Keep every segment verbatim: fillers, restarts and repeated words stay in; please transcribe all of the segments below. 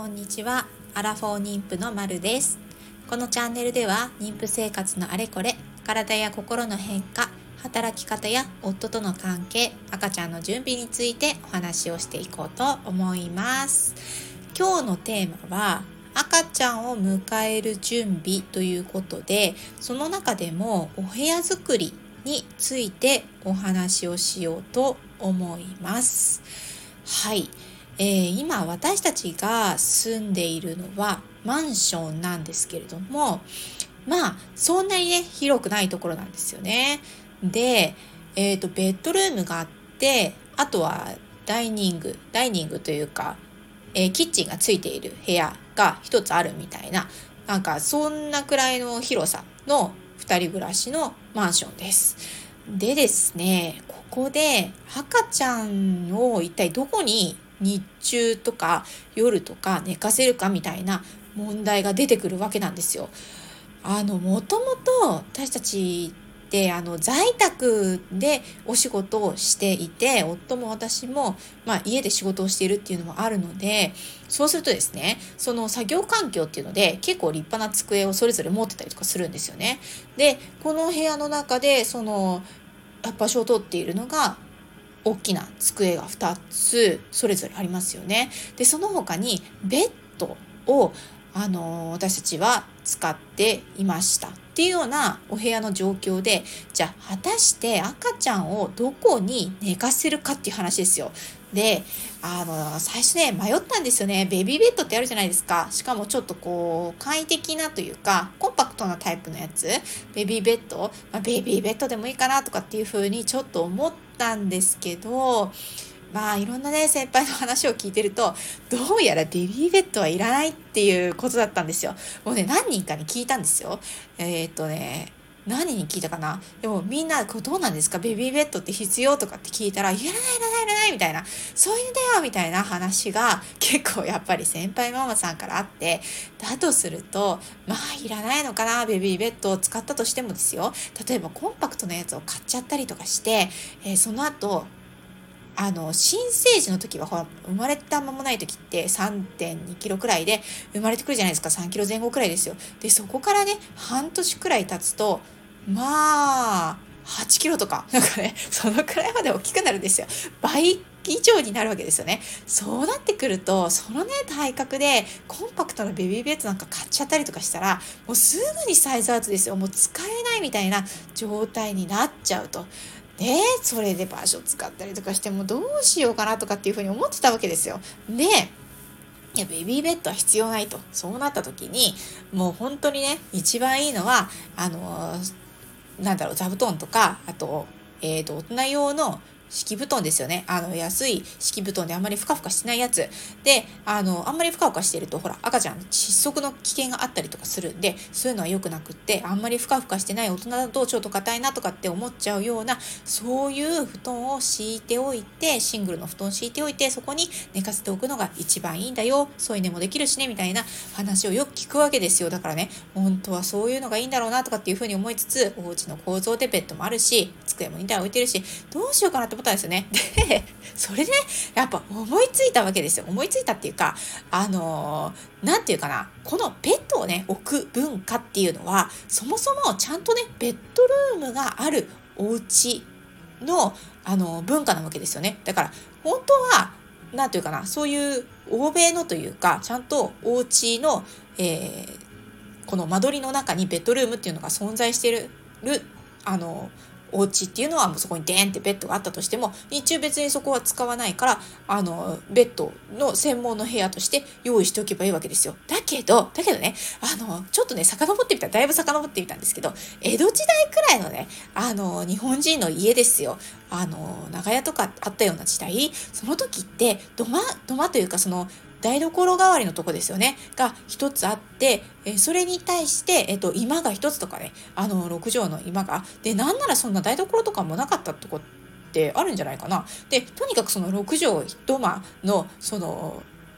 こんにちは。アラフォー妊婦のまるです。このチャンネルでは妊婦生活のあれこれ、体や心の変化、働き方や夫との関係、赤ちゃんの準備についてお話をしていこうと思います。今日のテーマは赤ちゃんを迎える準備ということで、その中でもお部屋作りについてお話をしようと思います。はい。えー、今私たちが住んでいるのはマンションなんですけれども、まあそんなにね広くないところなんですよね。で、えーと、ベッドルームがあって、あとはダイニングダイニングというか、えー、キッチンがついている部屋が一つあるみたいな、なんかそんなくらいの広さの二人暮らしのマンションです。でですね、ここで赤ちゃんを一体どこに日中とか夜とか寝かせるかみたいな問題が出てくるわけなんですよ。あのもともと私たちってあの在宅でお仕事をしていて、夫も私も、まあ、家で仕事をしているっていうのもあるので、そうするとですね、その作業環境っていうので結構立派な机をそれぞれ持ってたりとかするんですよね。で、この部屋の中でその場所を取っているのが大きな机がふたつそれぞれありますよね。で、その他にベッドをあの私たちは使っていましたっていうようなお部屋の状況で、じゃあ果たして赤ちゃんをどこに寝かせるかっていう話ですよ。で、あの最初ね迷ったんですよね。ベビーベッドってあるじゃないですか。しかもちょっとこう快適なというかコンパクトなタイプのやつ、ベビーベッド、まあ、ベビーベッドでもいいかなとかっていう風にちょっと思ったんですけど、まあいろんなね先輩の話を聞いてると、どうやらベビーベッドはいらないっていうことだったんですよ。もうね何人かに聞いたんですよ。えー、っとね何人に聞いたかな。でもみんなこうどうなんですか、ベビーベッドって必要とかって聞いたら、いらないいらないいらないみたいな、そういうんだよみたいな話が結構やっぱり先輩ママさんからあって、だとするとまあいらないのかな、ベビーベッドを使ったとしてもですよ。例えばコンパクトなやつを買っちゃったりとかして、えー、その後あの新生児の時はほら生まれた間もない時って さんてんにキロくらいで生まれてくるじゃないですか。さんキロぜん後くらいですよ。でそこからね半年くらい経つとまあはちキロとかなんかね、そのくらいまで大きくなるんですよ。倍以上になるわけですよね。そうなってくると、そのね体格でコンパクトなベビーベッドなんか買っちゃったりとかしたら、もうすぐにサイズアウトですよ。もう使えないみたいな状態になっちゃうと。で、それで場所使ったりとかしてもどうしようかなとかっていうふうに思ってたわけですよ。で、いやベビーベッドは必要ないと。そうなった時にもう本当にね一番いいのはあのなんだろう座布団とか、あとえっと大人用の敷布団ですよね。あの安い敷布団であんまりふかふかしてないやつで、あのあんまりふかふかしてるとほら赤ちゃん窒息の危険があったりとかするんで、そういうのは良くなくって、あんまりふかふかしてない大人だとちょっと硬いなとかって思っちゃうような、そういう布団を敷いておいて、シングルの布団を敷いておいて、そこに寝かせておくのが一番いいんだよ、添い寝もできるしねみたいな話をよく聞くわけですよ。だからね、本当はそういうのがいいんだろうなとかっていうふうに思いつつ、お家の構造でベッドもあるし机もにだい置いてるし、どうしようかなって思ったんですよね。で、それで、ね、やっぱ思いついたわけですよ。思いついたっていうか、あのー、なんていうかな、このベッドをね置く文化っていうのは、そもそもちゃんとねベッドルームがあるお家のあの文化なわけですよね。だから本当はなんていうかな、そういう欧米のというか、ちゃんとお家の、えー、この間取りの中にベッドルームっていうのが存在しているあのお家っていうのは、もうそこにデーンってベッドがあったとしても、日中別にそこは使わないから、あのベッドの専門の部屋として用意しておけばいいわけですよ。だけどだけどね、あのちょっとね遡ってみたらだいぶ遡ってみたんですけど、江戸時代くらいのねあの日本人の家ですよ。あの長屋とかあったような時代、その時って土間土間というか、その台所代わりのとこですよねが一つあって、えそれに対して、えっと、居間が一つとかね、あのろく畳の居間がで、なんならそんな台所とかもなかったとこってあるんじゃないかな。で、とにかくそのろく畳一間のその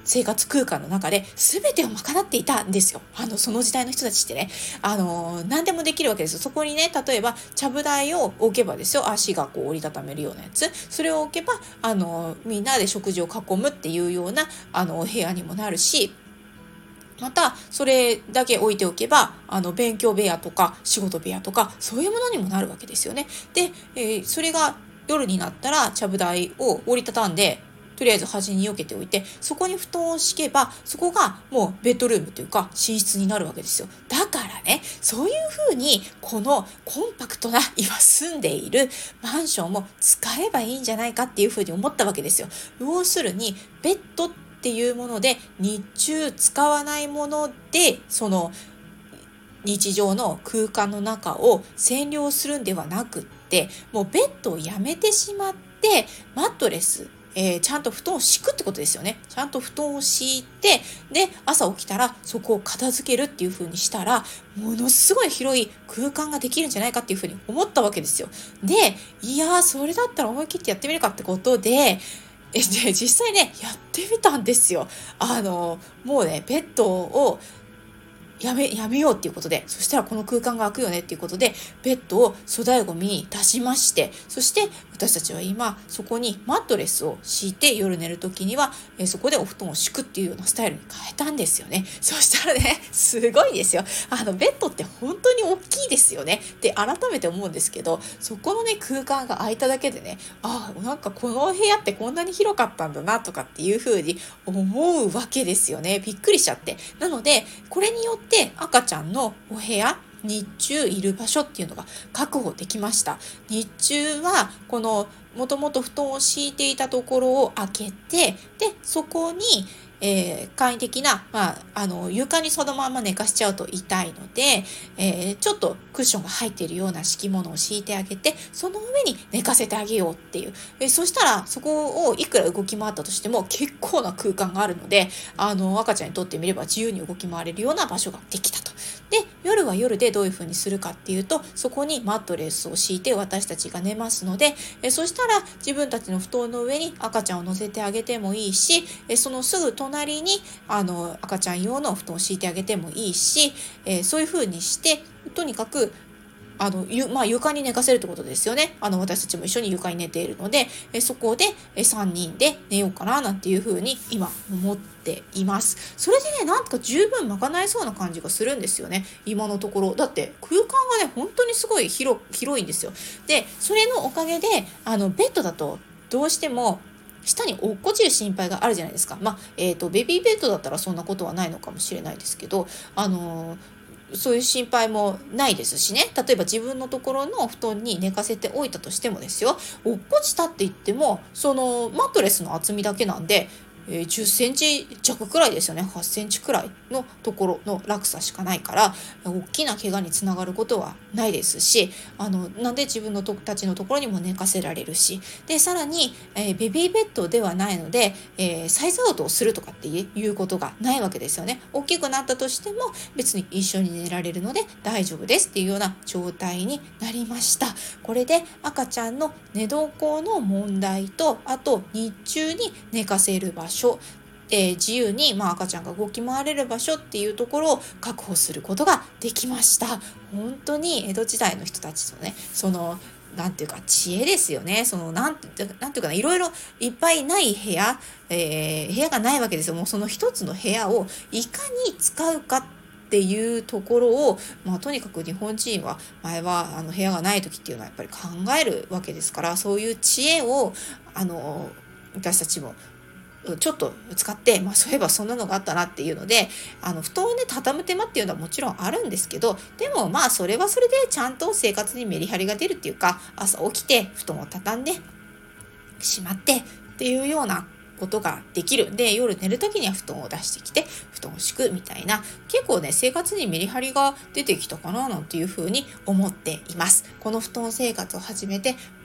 生活空間の中で全てを賄っていたんですよ。あのその時代の人たちってね、あの何でもできるわけですよ。そこにね、例えばちゃぶ台を置けばですよ、足がこう折りたためるようなやつ、それを置けばあのみんなで食事を囲むっていうようなあの部屋にもなるし、またそれだけ置いておけばあの勉強部屋とか仕事部屋とかそういうものにもなるわけですよね。で、えー、それが夜になったらちゃぶ台を折りたたんでとりあえず端に避けておいて、そこに布団を敷けばそこがもうベッドルームというか寝室になるわけですよ。だからね、そういう風にこのコンパクトな今住んでいるマンションも使えばいいんじゃないかっていう風に思ったわけですよ。要するにベッドっていうもので日中使わないものでその日常の空間の中を占領するんではなくって、もうベッドをやめてしまってマットレス、えー、ちゃんと布団を敷くってことですよね。ちゃんと布団を敷いて、で朝起きたらそこを片付けるっていう風にしたらものすごい広い空間ができるんじゃないかっていう風に思ったわけですよ。で、いやーそれだったら思い切ってやってみるかってことでえで実際ねやってみたんですよ。あのもうねベッドをやめ、やめようっていうことで、そしたらこの空間が空くよねっていうことで、ベッドを粗大ゴミに出しまして、そして私たちは今、そこにマットレスを敷いて夜寝るときには、えそこでお布団を敷くっていうようなスタイルに変えたんですよね。そしたらね、すごいですよ。あの、ベッドって本当に大きいですよね。で、改めて思うんですけど、そこのね、空間が空いただけでね、ああ、なんかこの部屋ってこんなに広かったんだなとかっていう風に思うわけですよね。びっくりしちゃって。なので、これによってで赤ちゃんのお部屋、日中いる場所っていうのが確保できました。日中はこのもともと布団を敷いていたところを開けて、でそこに、えー、簡易的な、まあ、あの床にそのまま寝かしちゃうと痛いので、えー、ちょっとクッションが入っているような敷物を敷いてあげて、その上に寝かせてあげようっていう、えー、そしたらそこをいくら動き回ったとしても結構な空間があるので、あの赤ちゃんにとってみれば自由に動き回れるような場所ができたと。で、夜は夜でどういう風にするかっていうと、そこにマットレスを敷いて私たちが寝ますので、えそしたら自分たちの布団の上に赤ちゃんを乗せてあげてもいいし、えそのすぐ隣にあの赤ちゃん用の布団を敷いてあげてもいいし、えそういう風にしてとにかくあの、ゆ、まあ、床に寝かせるってことですよね。あの、私たちも一緒に床に寝ているので、えそこでえさんにんで寝ようかな、なんていうふうに今思っています。それでね、なんとか十分賄えそうな感じがするんですよね。今のところ。だって空間がね、本当にすごい広、広いんですよ。で、それのおかげで、あの、ベッドだとどうしても、下に落っこちる心配があるじゃないですか。まあ、えっと、ベビーベッドだったらそんなことはないのかもしれないですけど、あのーそういう心配もないですしね。例えば自分のところの布団に寝かせておいたとしてもですよ、落っこちたって言ってもそのマットレスの厚みだけなんで、えー、じゅっセンチ弱くらいですよね。はちセンチくらいのところの落差しかないから、大きな怪我につながることはないですし、あのなんで自分のとたちのところにも寝かせられるし、でさらに、えー、ベビーベッドではないので、えー、サイズアウトをするとかっていうことがないわけですよね。大きくなったとしても別に一緒に寝られるので大丈夫ですっていうような状態になりました。これで赤ちゃんの寝床の問題と、あと日中に寝かせる場所、えー、自由に、まあ、赤ちゃんが動き回れる場所っていうところを確保することができました。本当に江戸時代の人たちのね、そのなんていうか知恵ですよね。そのなんてなんていうかないろいろいっぱいない部屋、えー、部屋がないわけですよ。もうその一つの部屋をいかに使うかっていうところを、まあ、とにかく日本人は前はあの部屋がない時っていうのはやっぱり考えるわけですから、そういう知恵をあの私たちもちょっと使って、まあそういえばそんなのがあったなっていうので、あの布団をね畳む手間っていうのはもちろんあるんですけど、でもまあそれはそれでちゃんと生活にメリハリが出るっていうか、朝起きて布団を畳んでしまってっていうようなことができる。で、夜寝るときには布団を出してきて布団を敷くみたいな、結構ね生活にメリハリが出てきたかななんていうふうに思っています。この布団生活を始めて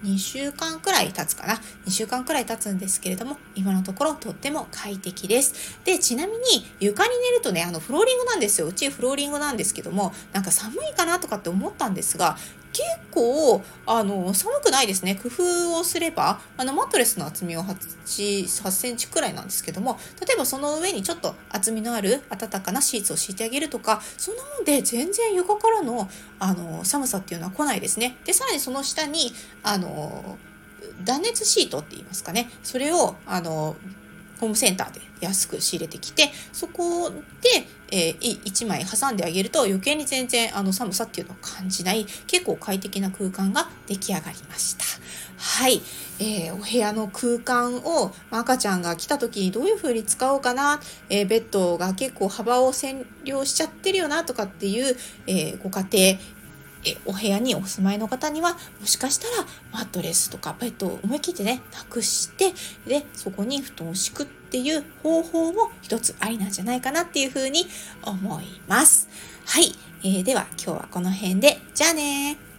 にしゅうかんくらい経つかなにしゅうかんくらい経つんですけれども、今のところとっても快適です。で、ちなみに床に寝るとね、あのフローリングなんですよ。うちフローリングなんですけども、なんか寒いかなとかって思ったんですが、結構あの寒くないですね。工夫をすれば、あのマットレスの厚みははちセンチくらいなんですけども、例えばその上にちょっと厚みのある暖かなシーツを敷いてあげるとか、そんなもんで全然床からのあの寒さっていうのは来ないですね。で、さらにその下にあの断熱シートって言いますかね、それをあのホームセンターで安く仕入れてきて、そこで、えー、いちまい挟んであげると余計に全然あの寒さっていうのを感じない、結構快適な空間が出来上がりました。はい、えー、お部屋の空間を赤ちゃんが来た時にどういう風に使おうかな、えー、ベッドが結構幅を占領しちゃってるよなとかっていう、えー、ご家庭、えお部屋にお住まいの方には、もしかしたらマットレスとかベッドを思い切ってねなくして、でそこに布団を敷くっていう方法も一つありなんじゃないかなっていうふうに思います。はい、えー、では今日はこの辺で、じゃあねー。